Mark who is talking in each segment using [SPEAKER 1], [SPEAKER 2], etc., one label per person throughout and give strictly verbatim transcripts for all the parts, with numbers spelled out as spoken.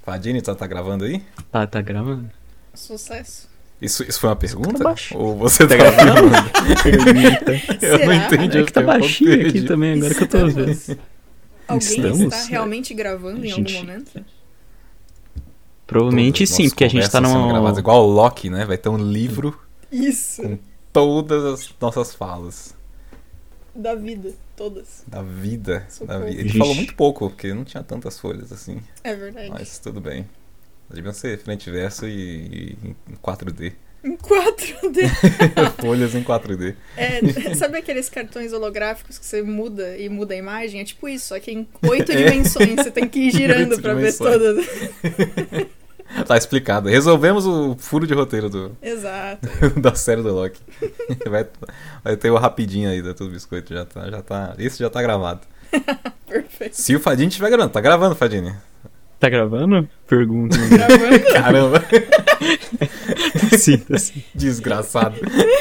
[SPEAKER 1] Fadini, tá, tá gravando aí?
[SPEAKER 2] Tá, tá gravando.
[SPEAKER 3] Sucesso.
[SPEAKER 1] Isso, isso foi uma pergunta?
[SPEAKER 2] Tá baixo.
[SPEAKER 1] Ou você
[SPEAKER 2] Tá
[SPEAKER 1] tá
[SPEAKER 2] gravando?
[SPEAKER 1] perguntando? Eu não
[SPEAKER 3] Será?
[SPEAKER 1] entendi.
[SPEAKER 2] É
[SPEAKER 1] eu
[SPEAKER 2] que tá
[SPEAKER 1] fiquei um pouco
[SPEAKER 2] baixinho aqui
[SPEAKER 1] perdido.
[SPEAKER 2] também, agora que eu tô vendo.
[SPEAKER 3] Estamos? Alguém
[SPEAKER 2] Estamos?
[SPEAKER 3] está realmente gravando em
[SPEAKER 2] Gente.
[SPEAKER 3] algum momento?
[SPEAKER 2] Provavelmente
[SPEAKER 1] Todas as
[SPEAKER 2] sim,
[SPEAKER 1] nossas
[SPEAKER 2] porque a gente tá
[SPEAKER 1] conversas são gravadas
[SPEAKER 2] no...
[SPEAKER 1] igual o Loki, né? Vai ter um livro
[SPEAKER 3] Isso.
[SPEAKER 1] com todas as nossas falas.
[SPEAKER 3] Da vida. Todas.
[SPEAKER 1] Da vida. Da
[SPEAKER 3] Socorro.
[SPEAKER 1] vida. Ele
[SPEAKER 2] Vixe.
[SPEAKER 1] falou muito pouco, porque não tinha tantas folhas assim.
[SPEAKER 3] É verdade.
[SPEAKER 1] Mas tudo bem. Deviam ser frente e verso e, e em quatro D.
[SPEAKER 3] Em quatro D.
[SPEAKER 1] Folhas em quatro D.
[SPEAKER 3] É, sabe aqueles cartões holográficos que você muda e muda a imagem? É tipo isso, só que em oito dimensões. Você tem que ir girando
[SPEAKER 1] Oito
[SPEAKER 3] pra ver
[SPEAKER 1] dimensões.
[SPEAKER 3] todas.
[SPEAKER 1] Tá explicado. Resolvemos o furo de roteiro do,
[SPEAKER 3] Exato.
[SPEAKER 1] da série do Loki. Vai, vai ter o rapidinho aí da Tudo Biscoito. Já tá, já tá, esse já tá gravado.
[SPEAKER 3] Perfeito.
[SPEAKER 1] Se o Fadini estiver gravando. Tá gravando, Fadini?
[SPEAKER 2] Tá gravando? Pergunta.
[SPEAKER 3] Gravando?
[SPEAKER 1] Caramba.
[SPEAKER 2] Sim, tá sim.
[SPEAKER 1] Desgraçado.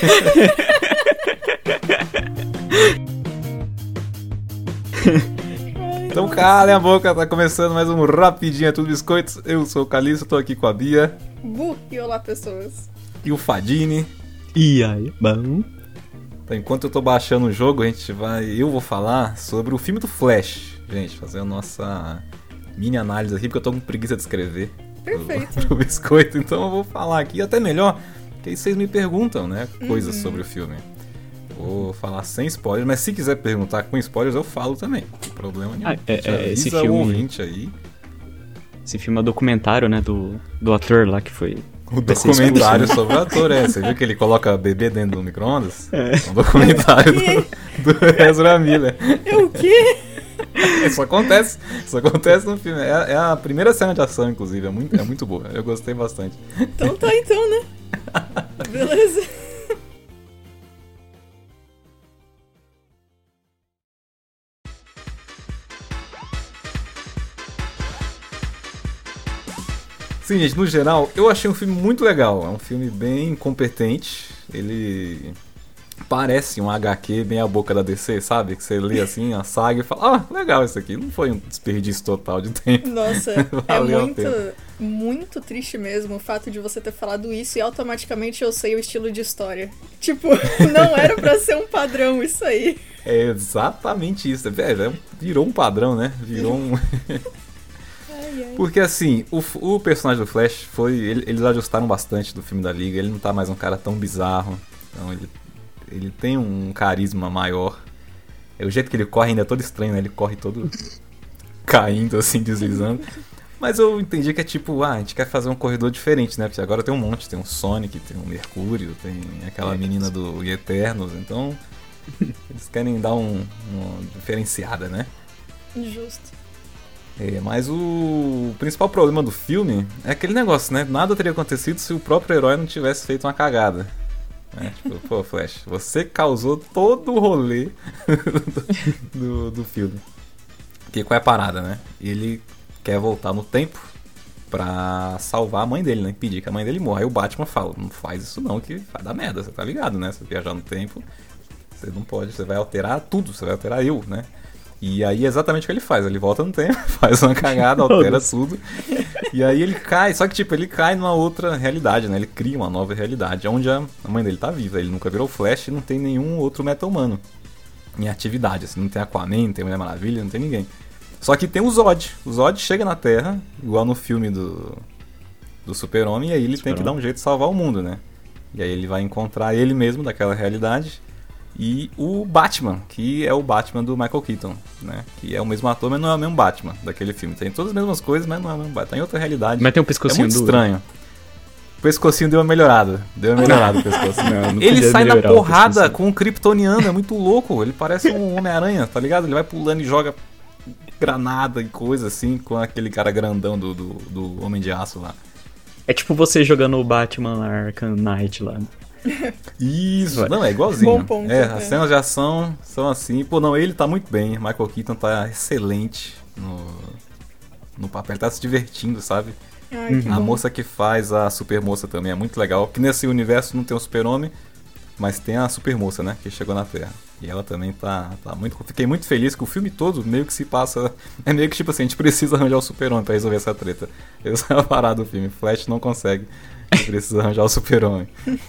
[SPEAKER 1] Então calem a boca, tá começando mais um Rapidinho é Tudo Biscoitos. Eu sou o Calixto, tô aqui com a Bia
[SPEAKER 3] Bu e olá, pessoas.
[SPEAKER 1] e o Fadini.
[SPEAKER 2] E aí, bom?
[SPEAKER 1] Então, enquanto eu tô baixando o jogo, a gente vai. Eu vou falar sobre o filme do Flash. Gente, fazer a nossa mini análise aqui, porque eu tô com preguiça de escrever.
[SPEAKER 3] Perfeito.
[SPEAKER 1] Pro, pro biscoito, então eu vou falar aqui, até melhor, que aí vocês me perguntam, né? Coisas
[SPEAKER 3] Uhum.
[SPEAKER 1] sobre o filme. Vou falar sem spoilers, mas se quiser perguntar com spoilers, eu falo também. Não tem problema nenhum.
[SPEAKER 2] Ah, é-
[SPEAKER 1] Já
[SPEAKER 2] é, esse
[SPEAKER 1] avisa
[SPEAKER 2] filme-
[SPEAKER 1] o ouvinte aí.
[SPEAKER 2] Esse filme é um documentário, né, do, do ator lá que foi...
[SPEAKER 1] O
[SPEAKER 2] Vai ser
[SPEAKER 1] documentário
[SPEAKER 2] expulso,
[SPEAKER 1] sobre o ator, é. Você viu que ele coloca bebê dentro do micro-ondas?
[SPEAKER 2] É.
[SPEAKER 1] É um documentário
[SPEAKER 3] O quê?
[SPEAKER 1] do, do Ezra Miller.
[SPEAKER 3] É o quê?
[SPEAKER 1] Isso acontece, isso acontece no filme. É, é a primeira cena de ação, inclusive. É muito, é muito boa. Eu gostei bastante.
[SPEAKER 3] Então tá, então, né? Beleza.
[SPEAKER 1] Sim, gente, no geral, eu achei um filme muito legal. É um filme bem competente. Ele parece um H Q bem a boca da D C, sabe? Que você lê assim a saga e fala, ah, legal isso aqui. Não foi um desperdício total de tempo.
[SPEAKER 3] Nossa, é
[SPEAKER 1] Valeu a
[SPEAKER 3] muito,
[SPEAKER 1] pena.
[SPEAKER 3] muito triste mesmo o fato de você ter falado isso e automaticamente eu sei o estilo de história. Tipo, não era pra ser um padrão isso aí.
[SPEAKER 1] É exatamente isso. Velho, é um- virou um padrão, né? Virou um...
[SPEAKER 3] Ai, ai.
[SPEAKER 1] Porque assim, o, o personagem do Flash foi. ele- Eles ajustaram bastante do filme da Liga. Ele não tá mais um cara tão bizarro. Então ele, ele tem um carisma maior. É, o jeito que ele corre ainda é todo estranho, né? Ele corre todo caindo, assim, deslizando. Mas eu entendi que é tipo, ah, a gente quer fazer um corredor diferente, né? Porque agora tem um monte, tem um Sonic, tem um Mercúrio, tem aquela
[SPEAKER 2] É.
[SPEAKER 1] menina do Eternos, então eles querem dar um, uma diferenciada, né?
[SPEAKER 3] Justo.
[SPEAKER 1] É, mas o principal problema do filme é aquele negócio, né? Nada teria acontecido se o próprio herói não tivesse feito uma cagada. Né? Tipo, pô, Flash, você causou todo o rolê do, do filme. Porque qual é a parada, né? Ele quer voltar no tempo pra salvar a mãe dele, né? Impedir que a mãe dele morra. Aí o Batman fala, não faz isso não, que vai dar merda, você tá ligado, né? Se viajar no tempo, você não pode, você vai alterar tudo, você vai alterar eu, né? E aí é exatamente o que ele faz, ele volta no tempo, faz uma cagada, altera tudo. E aí ele cai, só que tipo, ele cai numa outra realidade, né? Ele cria uma nova realidade, onde a a mãe dele tá viva, ele nunca virou Flash e não tem nenhum outro meta-humano em atividade, assim, não tem Aquaman, não tem Mulher Maravilha, não tem ninguém. Só que tem o Zod, o Zod chega na Terra, igual no filme do, do Super-Homem, e aí ele tem que dar um jeito de salvar o mundo, né? E aí ele vai encontrar ele mesmo daquela realidade e o Batman, que é o Batman do Michael Keaton, né? Que é o mesmo ator, mas não é o mesmo Batman daquele filme. Tem todas as mesmas coisas, mas não é o mesmo Batman. Tá em outra realidade.
[SPEAKER 2] Mas tem um
[SPEAKER 1] É
[SPEAKER 2] pescocinho
[SPEAKER 1] muito
[SPEAKER 2] duro.
[SPEAKER 1] estranho. O pescocinho deu uma melhorada. Deu uma melhorada o pescoço.
[SPEAKER 2] Não, não
[SPEAKER 1] Ele
[SPEAKER 2] podia
[SPEAKER 1] sai na
[SPEAKER 2] melhorar o
[SPEAKER 1] porrada
[SPEAKER 2] pescocinho.
[SPEAKER 1] com um kryptoniano, é muito louco. Ele parece um Homem-Aranha, tá ligado? Ele vai pulando e joga granada e coisa assim com aquele cara grandão do, do, do Homem de Aço lá.
[SPEAKER 2] É tipo você jogando o Batman Arkham Knight lá.
[SPEAKER 1] Isso,
[SPEAKER 2] Vai.
[SPEAKER 1] não, é igualzinho.
[SPEAKER 3] Bom ponto,
[SPEAKER 1] é,
[SPEAKER 3] é.
[SPEAKER 1] as cenas de ação são assim. Pô, não, ele tá muito bem. Michael Keaton tá excelente no, no papel, ele tá se divertindo, sabe?
[SPEAKER 3] Ai, que
[SPEAKER 1] A
[SPEAKER 3] bom.
[SPEAKER 1] moça que faz a super moça também é muito legal. Que nesse universo não tem o super-homem, Mas tem a super moça, né? Que chegou na Terra. E ela também tá, tá muito... Fiquei muito feliz que o filme todo meio que se passa... É meio que tipo assim, a gente precisa arranjar o super-homem pra resolver essa treta. Essa é a parada do filme. Flash não consegue. A gente precisa arranjar o super-homem.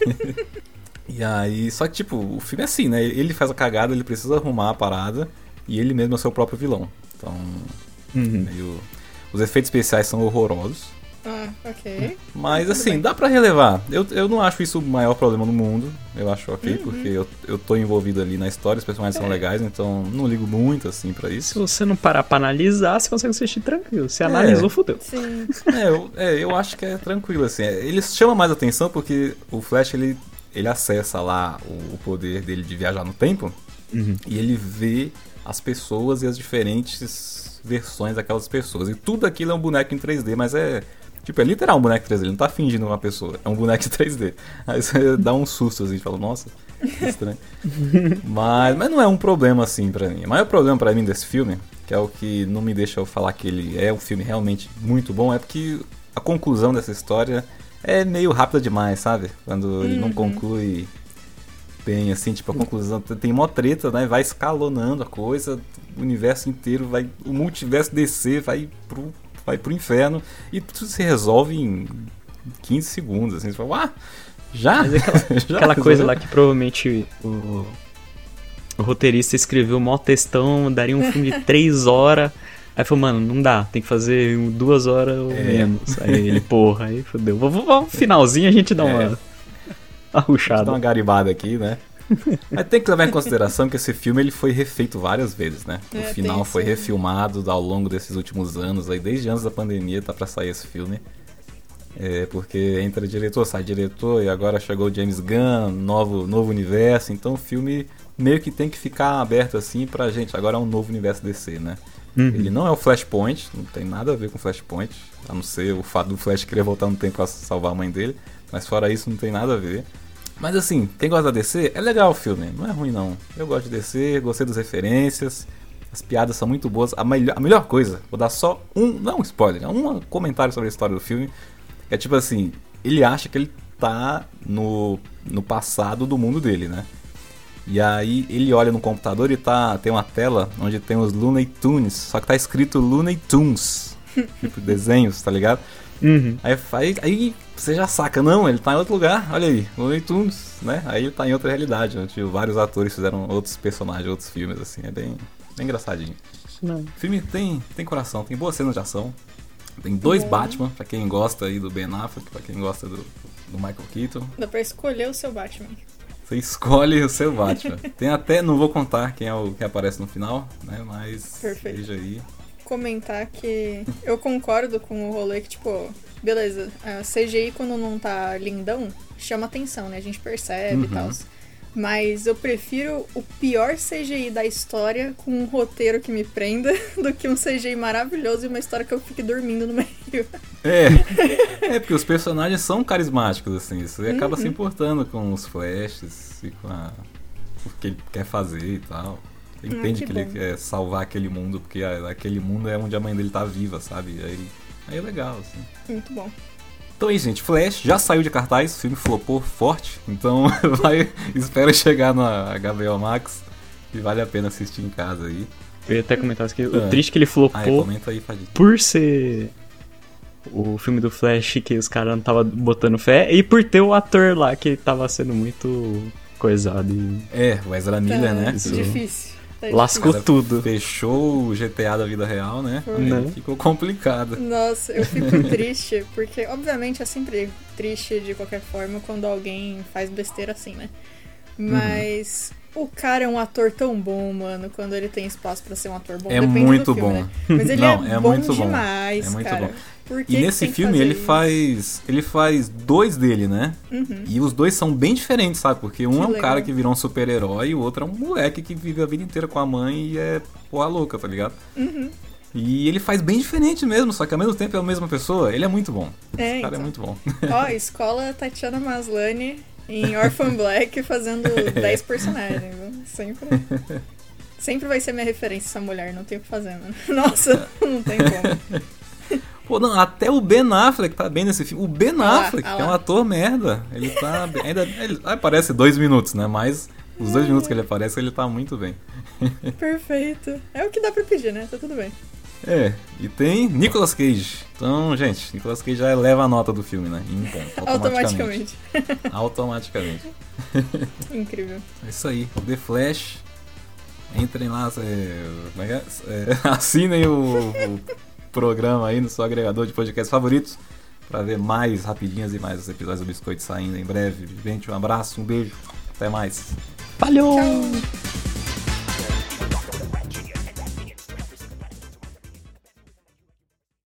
[SPEAKER 1] E aí... Só que tipo, o filme é assim, né? Ele faz a cagada, ele precisa arrumar a parada. E ele mesmo é o seu próprio vilão. Então... Uhum. Meio... Os efeitos especiais são horrorosos.
[SPEAKER 3] Ah, ok.
[SPEAKER 1] Mas assim, dá pra relevar. Eu, eu não acho isso o maior problema do mundo. Eu acho ok, uhum. porque eu, eu tô envolvido ali na história, os personagens é. são legais, então não ligo muito assim pra isso.
[SPEAKER 2] Se você não parar pra analisar, você consegue assistir tranquilo. Se analisou,
[SPEAKER 1] é.
[SPEAKER 2] fudeu.
[SPEAKER 3] Sim.
[SPEAKER 1] É eu, é, eu acho que é tranquilo, assim. Ele chama mais atenção porque o Flash, ele, ele acessa lá o, o poder dele de viajar no tempo, uhum. e ele vê as pessoas e as diferentes versões daquelas pessoas. E tudo aquilo é um boneco em três D, mas é... Tipo, é literal um boneco três D, ele não tá fingindo uma pessoa, é um boneco em três D. Aí você dá um susto assim, fala, nossa, que estranho. mas, mas não é um problema assim pra mim. O maior problema pra mim desse filme, que é o que não me deixa eu falar que ele é um filme realmente muito bom, é porque a conclusão dessa história é meio rápida demais, sabe? Quando ele não conclui bem, assim, tipo, a conclusão tem mó treta, né? Vai escalonando a coisa, o universo inteiro vai, o multiverso descer, vai pro... vai pro inferno e tudo se resolve em quinze segundos, assim, você fala, ah, já?
[SPEAKER 2] Mas aquela, já aquela coisa lá que provavelmente o, o roteirista escreveu mó textão, daria um filme de três horas, aí falou, mano, não dá, tem que fazer duas horas ou é. menos. Aí ele, porra, aí fodeu, vamos no finalzinho a gente dá uma é. arruchada.
[SPEAKER 1] Dá uma garibada aqui, né? Mas tem que levar em consideração que esse filme ele foi refeito várias vezes, né? O é, final foi refilmado ao longo desses últimos anos, aí desde antes da pandemia tá pra sair esse filme. É, porque entra diretor, sai diretor, e agora chegou o James Gunn, novo, novo universo, então o filme meio que tem que ficar aberto assim pra gente, agora é um novo universo D C, né? Uhum. Ele não é o Flashpoint, não tem nada a ver com o Flashpoint, a não ser o fato do Flash querer voltar no tempo pra salvar a mãe dele, mas fora isso não tem nada a ver. Mas assim, quem gosta da D C, é legal o filme, não é ruim não. Eu gosto de D C, gostei das referências, as piadas são muito boas. A, melhor, a melhor coisa, vou dar só um, não um spoiler, é um comentário sobre a história do filme. É tipo assim, ele acha que ele tá no, no passado do mundo dele, né? E aí ele olha no computador e tá, tem uma tela onde tem os Looney Tunes, só que tá escrito Looney Tunes, tipo desenhos, tá ligado? Uhum. Aí, aí, aí você já saca, não, ele tá em outro lugar, olha aí, Looney Tunes, né? Aí ele tá em outra realidade, onde vários atores fizeram outros personagens, outros filmes, assim, é bem, bem engraçadinho. Não. O filme tem, tem coração, tem boas cenas de ação, tem dois é. Batman, pra quem gosta aí do Ben Affleck, pra quem gosta do, do Michael Keaton.
[SPEAKER 3] Dá pra escolher o seu Batman.
[SPEAKER 1] Você escolhe o seu Batman. Tem até, não vou contar quem é o que aparece no final, né? Mas
[SPEAKER 3] perfeito.
[SPEAKER 1] Veja aí.
[SPEAKER 3] Comentar que eu concordo com o rolê que, tipo, beleza, a C G I quando não tá lindão, chama atenção, né? A gente percebe uhum. e tal. Mas eu prefiro o pior C G I da história com um roteiro que me prenda do que um C G I maravilhoso e uma história que eu fique dormindo no meio.
[SPEAKER 1] É, é porque os personagens são carismáticos, assim, você uhum. acaba se importando com os flashes e com a, o que ele quer fazer e tal. Você entende ah, que, que ele quer salvar aquele mundo, porque aquele mundo é onde a mãe dele tá viva, sabe? Aí, aí é legal, assim.
[SPEAKER 3] Muito bom.
[SPEAKER 1] Então aí, gente, Flash já saiu de cartaz, o filme flopou forte, então vai, espera chegar na H B O Max e vale a pena assistir em casa aí.
[SPEAKER 2] Eu ia até comentar que o é. triste que ele flopou
[SPEAKER 1] ah, comenta aí,
[SPEAKER 2] por ser o filme do Flash que os caras não estavam botando fé e por ter o ator lá que tava sendo muito coisado. E...
[SPEAKER 1] É, o Ezra Miller, tá, né?
[SPEAKER 3] Isso. Difícil.
[SPEAKER 2] Lascou tudo.
[SPEAKER 1] Fechou o G T A da vida real, né? Aí ficou complicado.
[SPEAKER 3] Nossa, eu fico triste, porque obviamente é sempre triste de qualquer forma quando alguém faz besteira assim, né? Mas uhum. o cara é um ator tão bom, mano, quando ele tem espaço pra ser um ator bom.
[SPEAKER 1] É
[SPEAKER 3] Depende
[SPEAKER 1] muito
[SPEAKER 3] do filme,
[SPEAKER 1] bom.
[SPEAKER 3] Né? Mas ele
[SPEAKER 1] Não,
[SPEAKER 3] é,
[SPEAKER 1] é
[SPEAKER 3] bom
[SPEAKER 1] muito
[SPEAKER 3] demais,
[SPEAKER 1] bom. É muito
[SPEAKER 3] cara.
[SPEAKER 1] bom.
[SPEAKER 3] Por que
[SPEAKER 1] e nesse
[SPEAKER 3] que
[SPEAKER 1] filme ele
[SPEAKER 3] isso?
[SPEAKER 1] faz ele faz dois dele, né?
[SPEAKER 3] Uhum.
[SPEAKER 1] E os dois são bem diferentes, sabe? Porque um
[SPEAKER 3] que
[SPEAKER 1] é um
[SPEAKER 3] legal.
[SPEAKER 1] cara que virou um super-herói e o outro é um moleque que vive a vida inteira com a mãe e é porra louca, tá ligado?
[SPEAKER 3] Uhum.
[SPEAKER 1] E ele faz bem diferente mesmo, só que ao mesmo tempo é a mesma pessoa. Ele é muito bom.
[SPEAKER 3] É,
[SPEAKER 1] Esse cara
[SPEAKER 3] então.
[SPEAKER 1] é muito bom.
[SPEAKER 3] Ó, escola Tatiana Maslany em Orphan Black fazendo dez personagens. Sempre... Sempre vai ser minha referência essa mulher, não tem o que fazer, mano. Nossa, não tem como.
[SPEAKER 1] Pô, não, até o Ben Affleck tá bem nesse filme. O Ben
[SPEAKER 3] Ah,
[SPEAKER 1] Affleck,
[SPEAKER 3] ah
[SPEAKER 1] que é um
[SPEAKER 3] lá.
[SPEAKER 1] ator merda. Ele tá bem- ainda ele aparece dois minutos, né? Mas os dois minutos que ele aparece, ele tá muito bem.
[SPEAKER 3] Perfeito. É o que dá pra pedir, né? Tá tudo bem.
[SPEAKER 1] É, e tem Nicolas Cage. Então, gente, Nicolas Cage já eleva a nota do filme, né? Em um ponto, automaticamente.
[SPEAKER 3] Automaticamente.
[SPEAKER 1] Automaticamente.
[SPEAKER 3] Incrível.
[SPEAKER 1] É isso aí, The Flash. Entrem lá, é, como é que é? É, assinem o, o programa aí no seu agregador de podcast favoritos pra ver mais rapidinhas e mais episódios do Biscoito saindo em breve. Gente, um abraço, um beijo, até mais.
[SPEAKER 2] Valeu!
[SPEAKER 3] Tchau.